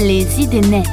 Les idées nettes.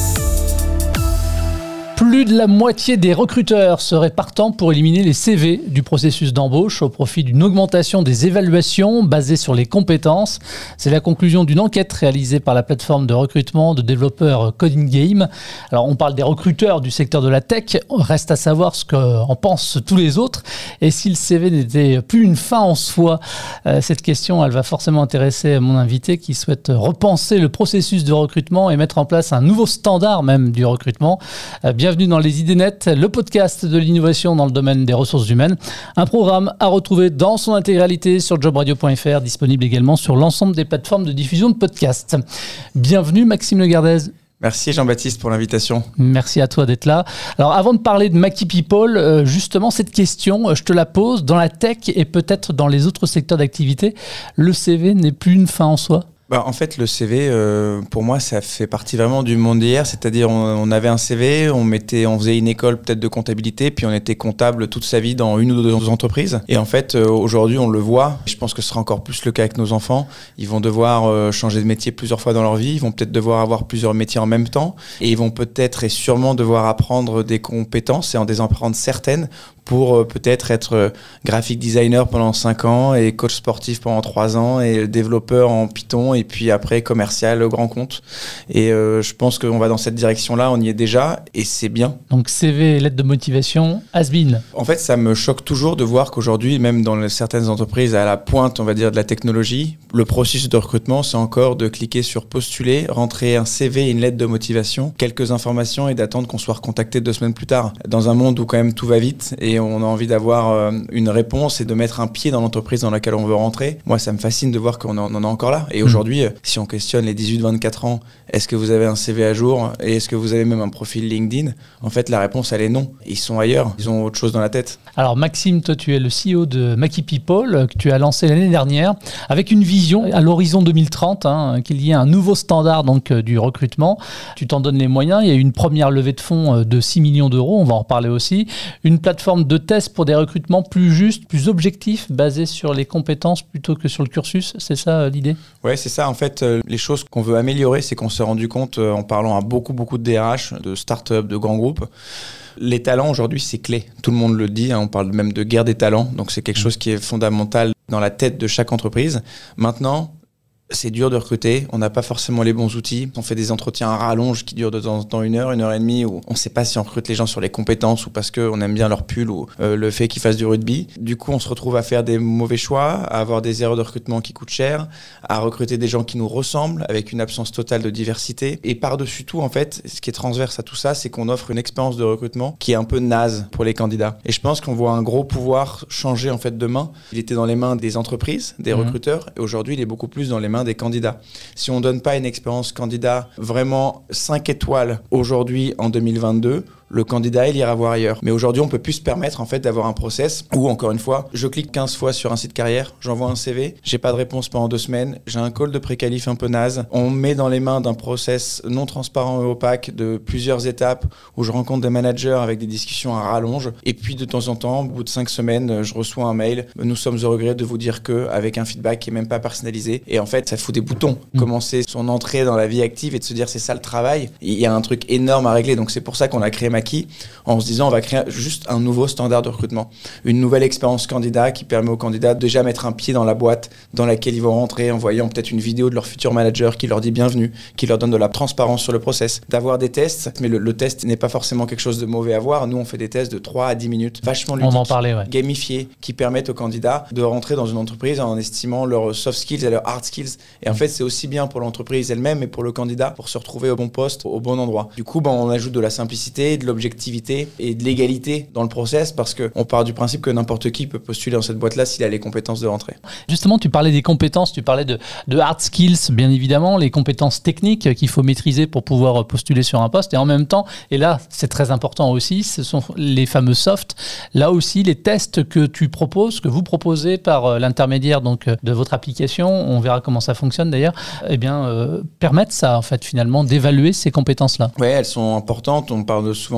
Plus de la moitié des recruteurs seraient partants pour éliminer les CV du processus d'embauche au profit d'une augmentation des évaluations basées sur les compétences. C'est la conclusion d'une enquête réalisée par la plateforme de recrutement de développeurs Coding Game. Alors on parle des recruteurs du secteur de la tech, reste à savoir ce qu'en pensent tous les autres et si le CV n'était plus une fin en soi. Cette question, elle va forcément intéresser mon invité qui souhaite repenser le processus de recrutement et mettre en place un nouveau standard même du recrutement. Bienvenue dans Les Idées Nettes, le podcast de l'innovation dans le domaine des ressources humaines. Un programme à retrouver dans son intégralité sur jobradio.fr, disponible également sur l'ensemble des plateformes de diffusion de podcasts. Bienvenue Maxime Le Gardez. Merci Jean-Baptiste pour l'invitation. Merci à toi d'être là. Alors avant de parler de Maki People, justement cette question, je te la pose. Dans la tech et peut-être dans les autres secteurs d'activité, le CV n'est plus une fin en soi ? En fait, le CV, pour moi, ça fait partie vraiment du monde d'hier. C'est-à-dire, on avait un CV, on faisait une école peut-être de comptabilité, puis on était comptable toute sa vie dans une ou deux entreprises. Et en fait, aujourd'hui, on le voit. Je pense que ce sera encore plus le cas avec nos enfants. Ils vont devoir changer de métier plusieurs fois dans leur vie. Ils vont peut-être devoir avoir plusieurs métiers en même temps. Et ils vont peut-être et sûrement devoir apprendre des compétences et en apprendre certaines pour peut-être être graphic designer pendant 5 ans et coach sportif pendant 3 ans et développeur en Python et puis après commercial grand compte. Et je pense qu'on va dans cette direction-là, on y est déjà et c'est bien. Donc CV, lettre de motivation, has-been. En fait, ça me choque toujours de voir qu'aujourd'hui, même dans certaines entreprises à la pointe, on va dire, de la technologie, le processus de recrutement, c'est encore de cliquer sur postuler, rentrer un CV et une lettre de motivation, quelques informations et d'attendre qu'on soit recontacté 2 semaines plus tard. Dans un monde où quand même tout va vite et on a envie d'avoir une réponse et de mettre un pied dans l'entreprise dans laquelle on veut rentrer. Moi, ça me fascine de voir qu'on en a encore là. Et aujourd'hui, si on questionne les 18-24 ans, est-ce que vous avez un CV à jour et est-ce que vous avez même un profil LinkedIn ? En fait, la réponse, elle est non. Ils sont ailleurs. Ils ont autre chose dans la tête. Alors, Maxime, toi, tu es le CEO de Maki People que tu as lancé l'année dernière avec une vision à l'horizon 2030 qu'il y ait un nouveau standard donc, du recrutement. Tu t'en donnes les moyens. Il y a eu une première levée de fonds de 6 millions d'euros. On va en reparler aussi. Une plateforme de test pour des recrutements plus justes, plus objectifs, basés sur les compétences plutôt que sur le cursus. C'est ça l'idée ? Ouais, c'est ça. En fait, les choses qu'on veut améliorer, c'est qu'on s'est rendu compte en parlant à beaucoup de DRH, de start-up, de grands groupes. Les talents aujourd'hui, c'est clé. Tout le monde le dit. On parle même de guerre des talents. Donc, c'est quelque chose qui est fondamental dans la tête de chaque entreprise. Maintenant, c'est dur de recruter, on n'a pas forcément les bons outils. On fait des entretiens à rallonge qui durent de temps en temps 1 heure, 1 heure et demie, où on ne sait pas si on recrute les gens sur les compétences ou parce qu'on aime bien leur pull ou le fait qu'ils fassent du rugby. Du coup, on se retrouve à faire des mauvais choix, à avoir des erreurs de recrutement qui coûtent cher, à recruter des gens qui nous ressemblent avec une absence totale de diversité. Et par-dessus tout, en fait, ce qui est transverse à tout ça, c'est qu'on offre une expérience de recrutement qui est un peu naze pour les candidats. Et je pense qu'on voit un gros pouvoir changer en fait demain. Il était dans les mains des entreprises, des recruteurs, et aujourd'hui, il est beaucoup plus dans les mains des candidats. Si on ne donne pas une expérience candidat vraiment 5 étoiles aujourd'hui en 2022, le candidat, il ira voir ailleurs. Mais aujourd'hui, on ne peut plus se permettre en fait d'avoir un process où, encore une fois, je clique 15 fois sur un site carrière, j'envoie un CV, j'ai pas de réponse pendant 2 semaines, j'ai un call de pré-qualif un peu naze, on me met dans les mains d'un process non transparent et opaque de plusieurs étapes où je rencontre des managers avec des discussions à rallonge et puis de temps en temps, au bout de 5 semaines, je reçois un mail, nous sommes au regret de vous dire que, avec un feedback qui est même pas personnalisé. Et en fait, ça fout des boutons. Commencer son entrée dans la vie active et de se dire c'est ça le travail, il y a un truc énorme à régler. Donc c'est pour ça qu'on a créé Maki, en se disant on va créer juste un nouveau standard de recrutement, une nouvelle expérience candidat qui permet aux candidats de déjà mettre un pied dans la boîte dans laquelle ils vont rentrer en voyant peut-être une vidéo de leur futur manager qui leur dit bienvenue, qui leur donne de la transparence sur le process, d'avoir des tests, mais le test n'est pas forcément quelque chose de mauvais à voir. Nous on fait des tests de 3 à 10 minutes, vachement ludiques, on en parlait, gamifiés, qui permettent aux candidats de rentrer dans une entreprise en estimant leurs soft skills et leurs hard skills. Et en fait c'est aussi bien pour l'entreprise elle-même et pour le candidat pour se retrouver au bon poste, au bon endroit. Du coup on ajoute de la simplicité, de l'objectivité et de l'égalité dans le process parce qu'on part du principe que n'importe qui peut postuler dans cette boîte-là s'il a les compétences de rentrée. Justement, tu parlais des compétences, tu parlais de hard skills, bien évidemment, les compétences techniques qu'il faut maîtriser pour pouvoir postuler sur un poste. Et en même temps, et là, c'est très important aussi, ce sont les fameux soft. Là aussi, les tests que tu proposes, que vous proposez par l'intermédiaire donc, de votre application, on verra comment ça fonctionne d'ailleurs, permettent ça, en fait, finalement, d'évaluer ces compétences-là. Oui, elles sont importantes. On parle souvent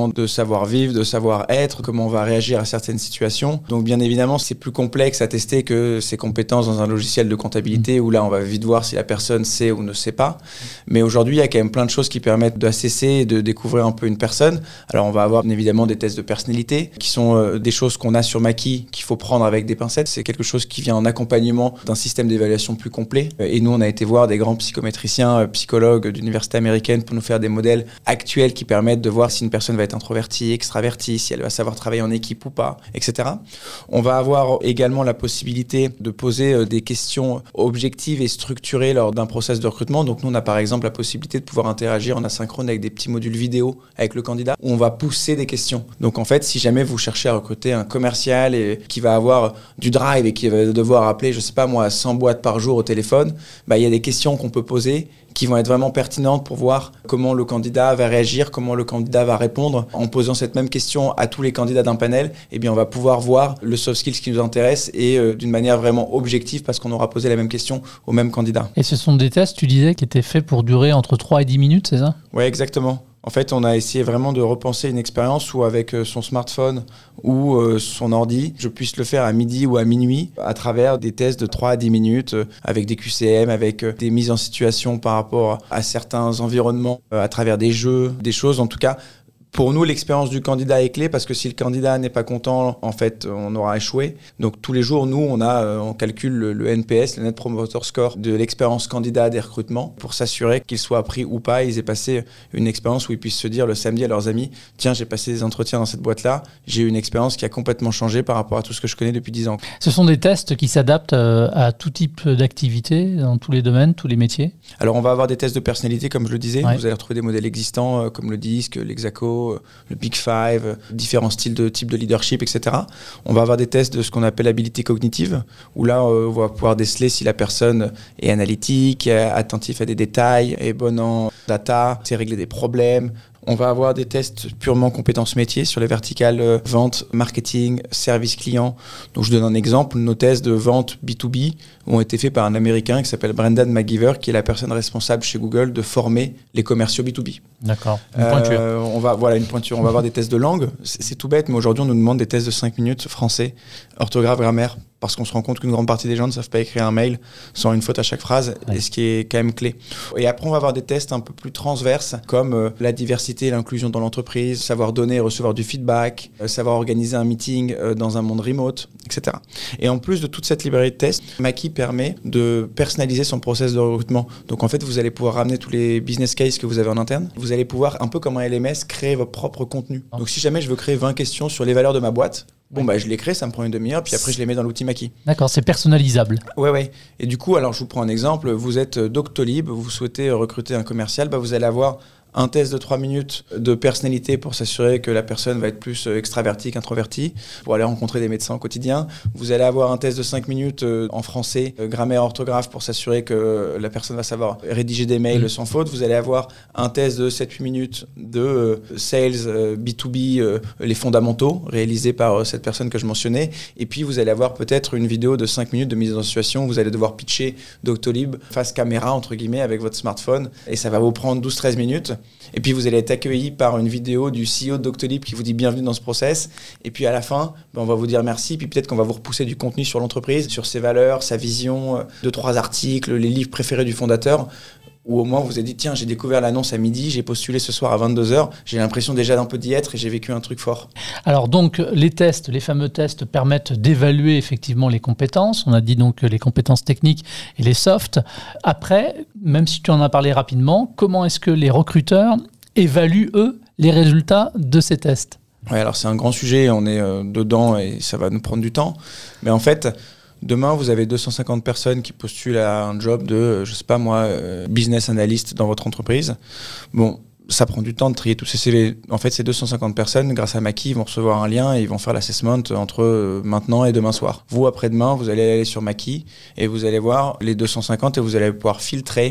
développement de savoir-vivre, de savoir-être, comment on va réagir à certaines situations. Donc bien évidemment, c'est plus complexe à tester que ces compétences dans un logiciel de comptabilité où là, on va vite voir si la personne sait ou ne sait pas. Mais aujourd'hui, il y a quand même plein de choses qui permettent d'assesser et de découvrir un peu une personne. Alors on va avoir bien évidemment des tests de personnalité qui sont des choses qu'on a sur Maki qu'il faut prendre avec des pincettes. C'est quelque chose qui vient en accompagnement d'un système d'évaluation plus complet. Et nous, on a été voir des grands psychométriciens, psychologues d'universités américaines pour nous faire des modèles actuels qui permettent de voir si une personne va être introvertie, extravertie, si elle va savoir travailler en équipe ou pas, etc. On va avoir également la possibilité de poser des questions objectives et structurées lors d'un process de recrutement. Donc nous, on a par exemple la possibilité de pouvoir interagir en asynchrone avec des petits modules vidéo avec le candidat où on va pousser des questions. Donc en fait, si jamais vous cherchez à recruter un commercial et qui va avoir du drive et qui va devoir appeler, je sais pas moi, 100 boîtes par jour au téléphone, il y a des questions qu'on peut poser qui vont être vraiment pertinentes pour voir comment le candidat va réagir, comment le candidat va répondre. En posant cette même question à tous les candidats d'un panel, eh bien on va pouvoir voir le soft skills qui nous intéresse et d'une manière vraiment objective parce qu'on aura posé la même question au même candidat. Et ce sont des tests, tu disais, qui étaient faits pour durer entre 3 et 10 minutes, c'est ça ? Oui, exactement. En fait, on a essayé vraiment de repenser une expérience où avec son smartphone ou son ordi, je puisse le faire à midi ou à minuit à travers des tests de 3 à 10 minutes avec des QCM, avec des mises en situation par rapport à certains environnements, à travers des jeux, des choses en tout cas. Pour nous, l'expérience du candidat est clé parce que si le candidat n'est pas content, en fait, on aura échoué. Donc tous les jours, nous, on calcule le NPS, le Net Promoter Score de l'expérience candidat des recrutements pour s'assurer qu'ils soient pris ou pas. Ils aient passé une expérience où ils puissent se dire le samedi à leurs amis, tiens, j'ai passé des entretiens dans cette boîte-là, j'ai eu une expérience qui a complètement changé par rapport à tout ce que je connais depuis 10 ans. Ce sont des tests qui s'adaptent à tout type d'activité, dans tous les domaines, tous les métiers ? Alors on va avoir des tests de personnalité, comme je le disais. Ouais. Vous allez retrouver des modèles existants comme le DISC, l'Hexaco, le Big Five, différents types de leadership, etc. On va avoir des tests de ce qu'on appelle habilité cognitive, où là, on va pouvoir déceler si la personne est analytique, est attentif à des détails, est bonne en data, sait régler des problèmes. On va avoir des tests purement compétences métiers sur les verticales vente, marketing, service client. Donc je donne un exemple, nos tests de vente B2B ont été faits par un Américain qui s'appelle Brendan McGiver, qui est la personne responsable chez Google de former les commerciaux B2B. D'accord, une pointure. Une pointure. On va avoir des tests de langue. C'est tout bête, mais aujourd'hui on nous demande des tests de 5 minutes, français, orthographe, grammaire, parce qu'on se rend compte qu'une grande partie des gens ne savent pas écrire un mail sans une faute à chaque phrase, et ce qui est quand même clé. Et après, on va avoir des tests un peu plus transverses, comme la diversité et l'inclusion dans l'entreprise, savoir donner et recevoir du feedback, savoir organiser un meeting dans un monde remote, etc. Et en plus de toute cette librairie de tests, Maki permet de personnaliser son process de recrutement. Donc en fait, vous allez pouvoir ramener tous les business cases que vous avez en interne. Vous allez pouvoir, un peu comme un LMS, créer votre propre contenu. Donc si jamais je veux créer 20 questions sur les valeurs de ma boîte, je les crée, ça me prend une demi-heure, puis après je les mets dans l'outil Maki. D'accord, c'est personnalisable. Ouais. Et du coup, alors je vous prends un exemple, vous êtes Doctolib, vous souhaitez recruter un commercial, vous allez avoir un test de 3 minutes de personnalité pour s'assurer que la personne va être plus extravertie qu'introvertie, pour aller rencontrer des médecins au quotidien. Vous allez avoir un test de 5 minutes en français, grammaire, orthographe, pour s'assurer que la personne va savoir rédiger des mails sans faute. Vous allez avoir un test de 7-8 minutes de sales, B2B, les fondamentaux, réalisés par cette personne que je mentionnais. Et puis, vous allez avoir peut-être une vidéo de 5 minutes de mise en situation où vous allez devoir pitcher Doctolib face caméra, entre guillemets, avec votre smartphone. Et ça va vous prendre 12-13 minutes. Et puis vous allez être accueilli par une vidéo du CEO de Doctolib qui vous dit bienvenue dans ce process. Et puis à la fin, on va vous dire merci. Puis peut-être qu'on va vous repousser du contenu sur l'entreprise, sur ses valeurs, sa vision, 2-3 articles, les livres préférés du fondateur. Ou au moins vous avez dit tiens, j'ai découvert l'annonce à midi, j'ai postulé ce soir à 22h, j'ai l'impression déjà d'un peu d'y être et j'ai vécu un truc fort. Alors donc les tests, les fameux tests permettent d'évaluer effectivement les compétences. On a dit donc les compétences techniques et les softs. Après, même si tu en as parlé rapidement, comment est-ce que les recruteurs évaluent eux les résultats de ces tests ? Ouais, alors c'est un grand sujet, on est dedans et ça va nous prendre du temps. Mais en fait, demain, vous avez 250 personnes qui postulent à un job de, business analyst dans votre entreprise. Bon, ça prend du temps de trier tous ces CV. En fait, ces 250 personnes, grâce à Maki, vont recevoir un lien et ils vont faire l'assessment entre maintenant et demain soir. Vous, après-demain, vous allez aller sur Maki et vous allez voir les 250 et vous allez pouvoir filtrer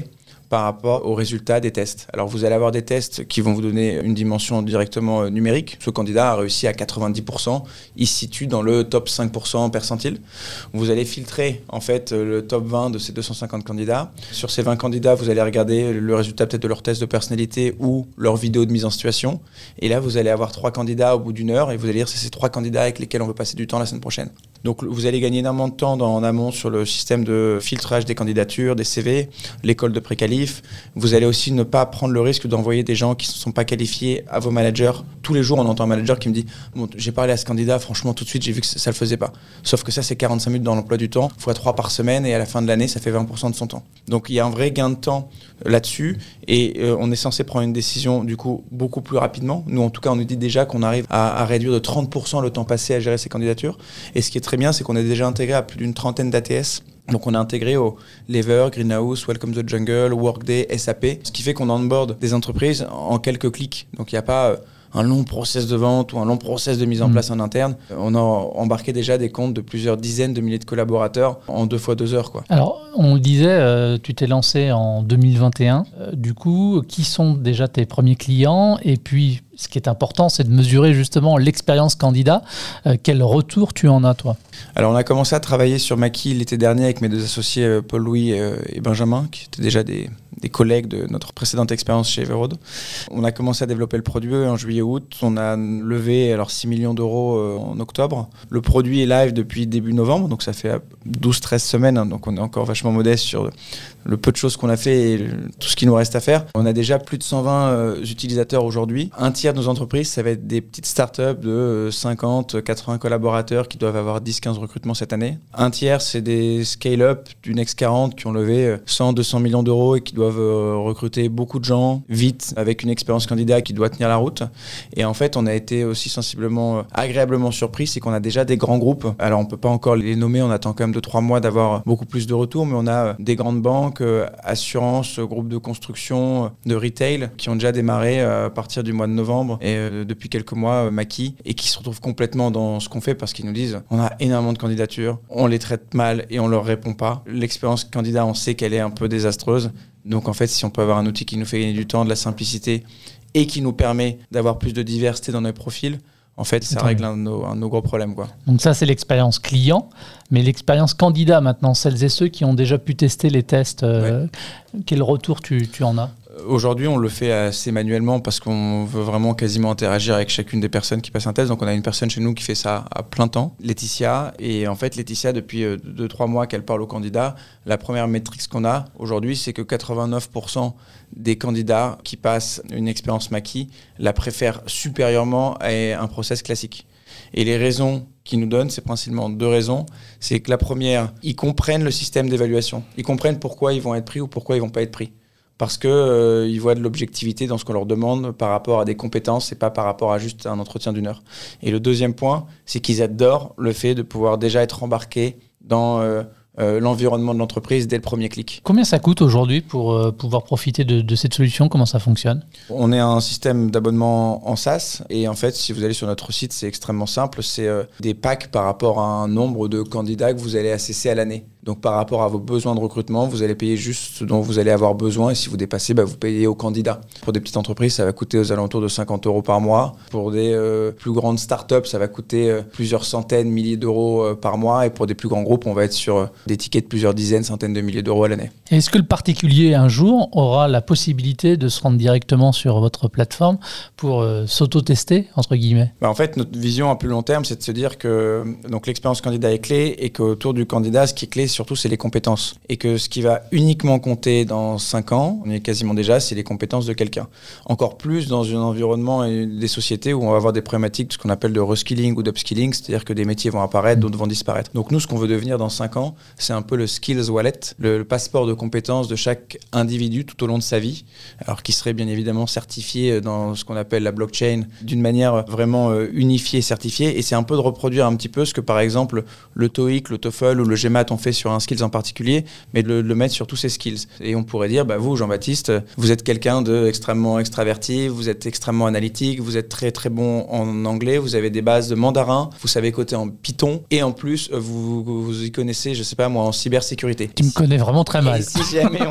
par rapport aux résultats des tests. Alors vous allez avoir des tests qui vont vous donner une dimension directement numérique. Ce candidat a réussi à 90%, il se situe dans le top 5% percentile. Vous allez filtrer en fait le top 20 de ces 250 candidats. Sur ces 20 candidats, vous allez regarder le résultat peut-être de leur test de personnalité ou leur vidéo de mise en situation. Et là, vous allez avoir 3 candidats au bout d'une heure et vous allez dire c'est ces 3 candidats avec lesquels on veut passer du temps la semaine prochaine. Donc vous allez gagner énormément de temps en amont sur le système de filtrage des candidatures, des CV, l'école de préqualif. Vous allez aussi ne pas prendre le risque d'envoyer des gens qui ne sont pas qualifiés à vos managers. Tous les jours, on entend un manager qui me dit bon, j'ai parlé à ce candidat, franchement, tout de suite, j'ai vu que ça ne le faisait pas. Sauf que ça, c'est 45 minutes dans l'emploi du temps, fois 3 par semaine, et à la fin de l'année, ça fait 20% de son temps. Donc il y a un vrai gain de temps là-dessus, et on est censé prendre une décision, du coup, beaucoup plus rapidement. Nous, en tout cas, on nous dit déjà qu'on arrive à réduire de 30% le temps passé à gérer ces candidatures. Et ce qui est très bien, c'est qu'on est déjà intégré à plus d'une trentaine d'ATS. Donc on est intégré au Lever, Greenhouse, Welcome to the Jungle, Workday, SAP, ce qui fait qu'on onboard des entreprises en quelques clics. Donc il n'y a pas un long process de vente ou un long process de mise en place en interne. On a embarqué déjà des comptes de plusieurs dizaines de milliers de collaborateurs en 2 fois 2 heures, quoi. Alors, on le disait, tu t'es lancé en 2021. Du coup, qui sont déjà tes premiers clients ? Et puis, ce qui est important, c'est de mesurer justement l'expérience candidat. Quel retour tu en as, toi ? Alors, on a commencé à travailler sur Maki l'été dernier avec mes 2 associés, Paul-Louis et Benjamin, qui étaient déjà des collègues de notre précédente expérience chez Everode. On a commencé à développer le produit en juillet-août. On a levé 6 millions d'euros en octobre. Le produit est live depuis début novembre, donc ça fait 12-13 semaines. Donc on est encore vachement modeste sur le peu de choses qu'on a fait et tout ce qui nous reste à faire. On a déjà plus de 120 utilisateurs aujourd'hui. Un tiers de nos entreprises, ça va être des petites startups de 50, 80 collaborateurs qui doivent avoir 10-15 recrutements cette année. Un tiers, c'est des scale-up du Next 40 qui ont levé 100-200 millions d'euros et qui doivent recruter beaucoup de gens vite avec une expérience candidat qui doit tenir la route. Et en fait, on a été aussi sensiblement agréablement surpris, c'est qu'on a déjà des grands groupes. Alors, on peut pas encore les nommer, on attend quand même 2-3 mois d'avoir beaucoup plus de retours, mais on a des grandes banques, assurances, groupes de construction, de retail qui ont déjà démarré à partir du mois de novembre et depuis quelques mois, Maki, et qui se retrouvent complètement dans ce qu'on fait parce qu'ils nous disent on a énormément de candidatures, on les traite mal et on leur répond pas. L'expérience candidat, on sait qu'elle est un peu désastreuse. Donc en fait, si on peut avoir un outil qui nous fait gagner du temps, de la simplicité et qui nous permet d'avoir plus de diversité dans nos profils, en fait, ça règle un de nos gros problèmes, quoi. Donc ça, c'est l'expérience client, mais l'expérience candidat maintenant, celles et ceux qui ont déjà pu tester les tests, quel retour tu en as ? Aujourd'hui, on le fait assez manuellement parce qu'on veut vraiment quasiment interagir avec chacune des personnes qui passent un test. Donc, on a une personne chez nous qui fait ça à plein temps, Laetitia. Et en fait, Laetitia, depuis 2-3 mois qu'elle parle aux candidats, la première métrique qu'on a aujourd'hui, c'est que 89% des candidats qui passent une expérience Maki la préfèrent supérieurement à un process classique. Et les raisons qu'ils nous donnent, c'est principalement 2 raisons. C'est que la première, ils comprennent le système d'évaluation. Ils comprennent pourquoi ils vont être pris ou pourquoi ils vont pas être pris. Parce qu'ils voient de l'objectivité dans ce qu'on leur demande par rapport à des compétences et pas par rapport à juste un entretien d'1 heure. Et le deuxième point, c'est qu'ils adorent le fait de pouvoir déjà être embarqués dans l'environnement de l'entreprise dès le premier clic. Combien ça coûte aujourd'hui pour pouvoir profiter de cette solution ? Comment ça fonctionne ? On est un système d'abonnement en SaaS et en fait, si vous allez sur notre site, c'est extrêmement simple. C'est des packs par rapport à un nombre de candidats que vous allez assesser à l'année. Donc par rapport à vos besoins de recrutement, vous allez payer juste ce dont vous allez avoir besoin et si vous dépassez, vous payez au candidat. Pour des petites entreprises, ça va coûter aux alentours de 50 € par mois. Pour des plus grandes startups, ça va coûter plusieurs centaines, milliers d'euros par mois et pour des plus grands groupes, on va être sur des tickets de plusieurs dizaines, centaines de milliers d'euros à l'année. Est-ce que le particulier, un jour, aura la possibilité de se rendre directement sur votre plateforme pour s'auto-tester, entre guillemets ? En fait, notre vision à plus long terme, c'est de se dire que donc, l'expérience candidat est clé et qu'autour du candidat, ce qui est clé, surtout, c'est les compétences. Et que ce qui va uniquement compter dans 5 ans, on y est quasiment déjà, c'est les compétences de quelqu'un. Encore plus dans un environnement et des sociétés où on va avoir des problématiques de ce qu'on appelle de reskilling ou d'upskilling, c'est-à-dire que des métiers vont apparaître, d'autres vont disparaître. Donc nous, ce qu'on veut devenir dans 5 ans, c'est un peu le skills wallet, le passeport de compétences de chaque individu tout au long de sa vie, alors qui serait bien évidemment certifié dans ce qu'on appelle la blockchain d'une manière vraiment unifiée, certifiée. Et c'est un peu de reproduire un petit peu ce que par exemple le TOEIC, le TOEFL ou le GMAT ont fait sur un skills en particulier, mais de le mettre sur tous ses skills. Et on pourrait dire, vous, Jean-Baptiste, vous êtes quelqu'un d'extrêmement extraverti, vous êtes extrêmement analytique, vous êtes très très bon en anglais, vous avez des bases de mandarin, vous savez coder en Python, et en plus, vous y connaissez, je sais pas moi, en cybersécurité. Tu me connais vraiment très mal. Et si jamais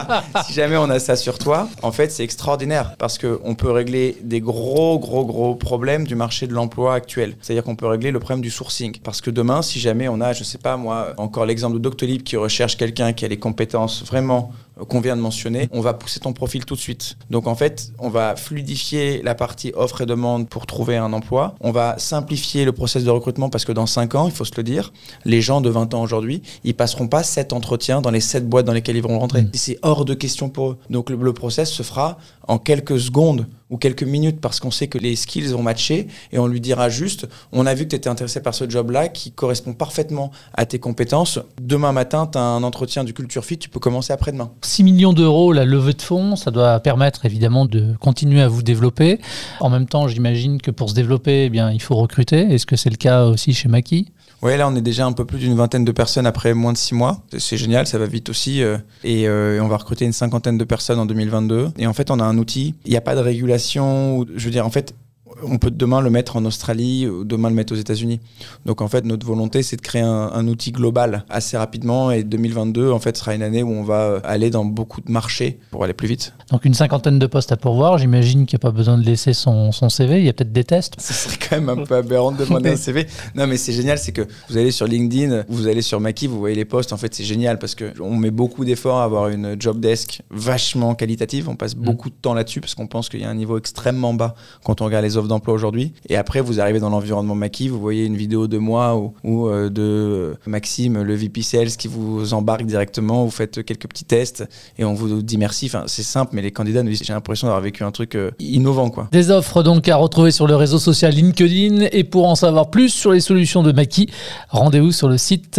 on a ça sur toi, en fait, c'est extraordinaire parce qu'on peut régler des gros problèmes du marché de l'emploi actuel. C'est-à-dire qu'on peut régler le problème du sourcing. Parce que demain, si jamais on a, je sais pas moi, encore l'exemple de Doctolib qui recherche quelqu'un qui a les compétences vraiment qu'on vient de mentionner, on va pousser ton profil tout de suite. Donc en fait, on va fluidifier la partie offre et demande pour trouver un emploi. On va simplifier le process de recrutement parce que dans 5 ans, il faut se le dire, les gens de 20 ans aujourd'hui, ils passeront pas 7 entretiens dans les 7 boîtes dans lesquelles ils vont rentrer. C'est hors de question pour eux. Donc le process se fera en quelques secondes ou quelques minutes parce qu'on sait que les skills vont matcher et on lui dira juste, on a vu que tu étais intéressé par ce job-là qui correspond parfaitement à tes compétences. Demain matin, tu as un entretien du Culture Fit, tu peux commencer après-demain. 6 millions d'euros, la levée de fonds, ça doit permettre évidemment de continuer à vous développer. En même temps, j'imagine que pour se développer, il faut recruter. Est-ce que c'est le cas aussi chez Maki ? Oui, là, on est déjà un peu plus d'une vingtaine de personnes après moins de 6 mois. C'est génial, ça va vite aussi. Et on va recruter une 50aine de personnes en 2022. Et en fait, on a un outil. Il n'y a pas de régulation. Je veux dire, en fait, on peut demain le mettre en Australie ou demain le mettre aux États-Unis. Donc en fait, notre volonté, c'est de créer un outil global assez rapidement. Et 2022, en fait, sera une année où on va aller dans beaucoup de marchés pour aller plus vite. Donc une 50aine de postes à pourvoir. J'imagine qu'il n'y a pas besoin de laisser son CV. Il y a peut-être des tests. Ce serait quand même un peu aberrant de demander un CV. Non, mais c'est génial, c'est que vous allez sur LinkedIn, vous allez sur Maki, vous voyez les postes. En fait, c'est génial parce qu'on met beaucoup d'efforts à avoir une job desk vachement qualitative. On passe beaucoup de temps là-dessus parce qu'on pense qu'il y a un niveau extrêmement bas quand on regarde les offres d'emploi aujourd'hui. Et après, vous arrivez dans l'environnement Maki, vous voyez une vidéo de moi ou de Maxime, le VP Sales, qui vous embarque directement. Vous faites quelques petits tests et on vous dit merci. Enfin, c'est simple, mais les candidats nous disent j'ai l'impression d'avoir vécu un truc innovant, quoi. Des offres donc à retrouver sur le réseau social LinkedIn. Et pour en savoir plus sur les solutions de Maki, rendez-vous sur le site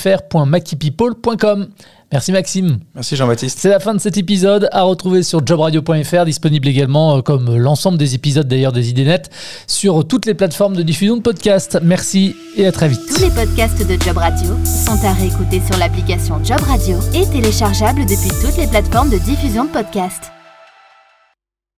fr.makipeople.com. Merci Maxime. Merci Jean-Baptiste. C'est la fin de cet épisode, à retrouver sur jobradio.fr, disponible également comme l'ensemble des épisodes d'ailleurs des Idées Net sur toutes les plateformes de diffusion de podcasts. Merci et à très vite. Tous les podcasts de Job Radio sont à réécouter sur l'application Job Radio et téléchargeables depuis toutes les plateformes de diffusion de podcasts.